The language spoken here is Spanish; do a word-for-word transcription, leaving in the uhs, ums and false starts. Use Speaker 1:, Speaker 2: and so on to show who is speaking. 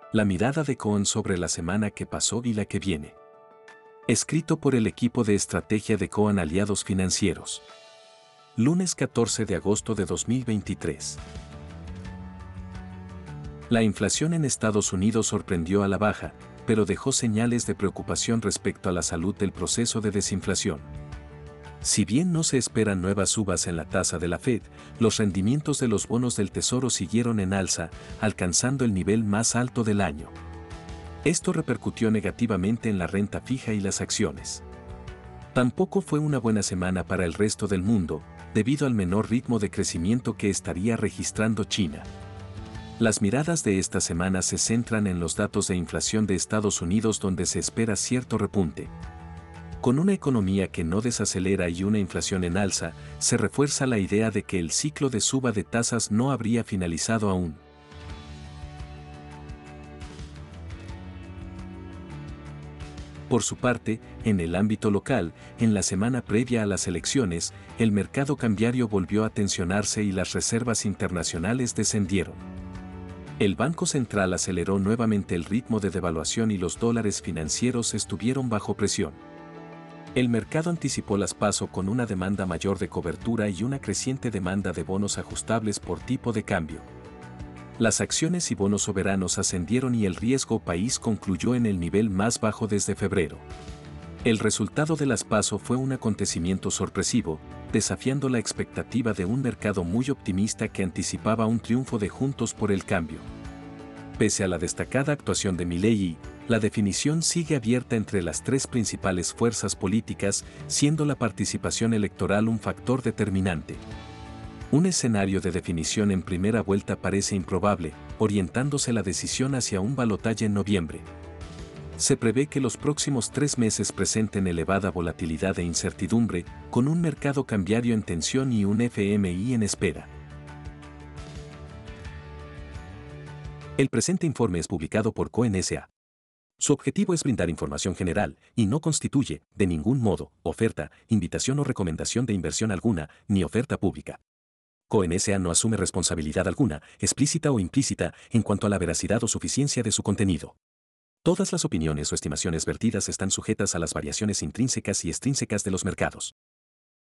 Speaker 1: La mirada de Cohen sobre la semana que pasó y la que viene. Escrito por el equipo de estrategia de Cohen Aliados Financieros. Lunes catorce de agosto de dos mil veintitrés. La inflación en Estados Unidos sorprendió a la baja, pero dejó señales de preocupación respecto a la salud del proceso de desinflación. Si bien no se esperan nuevas subas en la tasa de la Fed, los rendimientos de los bonos del Tesoro siguieron en alza, alcanzando el nivel más alto del año. Esto repercutió negativamente en la renta fija y las acciones. Tampoco fue una buena semana para el resto del mundo, debido al menor ritmo de crecimiento que estaría registrando China. Las miradas de esta semana se centran en los datos de inflación de Estados Unidos, donde se espera cierto repunte. Con una economía que no desacelera y una inflación en alza, se refuerza la idea de que el ciclo de suba de tasas no habría finalizado aún. Por su parte, en el ámbito local, en la semana previa a las elecciones, el mercado cambiario volvió a tensionarse y las reservas internacionales descendieron. El Banco Central aceleró nuevamente el ritmo de devaluación y los dólares financieros estuvieron bajo presión. El mercado anticipó las PASO con una demanda mayor de cobertura y una creciente demanda de bonos ajustables por tipo de cambio. Las acciones y bonos soberanos ascendieron y el riesgo país concluyó en el nivel más bajo desde febrero. El resultado de las PASO fue un acontecimiento sorpresivo, desafiando la expectativa de un mercado muy optimista que anticipaba un triunfo de Juntos por el Cambio. Pese a la destacada actuación de Milei, la definición sigue abierta entre las tres principales fuerzas políticas, siendo la participación electoral un factor determinante. Un escenario de definición en primera vuelta parece improbable, orientándose la decisión hacia un balotaje en noviembre. Se prevé que los próximos tres meses presenten elevada volatilidad e incertidumbre, con un mercado cambiario en tensión y un F M I en espera. El presente informe es publicado por Cohen S A Su objetivo es brindar información general y no constituye, de ningún modo, oferta, invitación o recomendación de inversión alguna, ni oferta pública. Cohen S A no asume responsabilidad alguna, explícita o implícita, en cuanto a la veracidad o suficiencia de su contenido. Todas las opiniones o estimaciones vertidas están sujetas a las variaciones intrínsecas y extrínsecas de los mercados.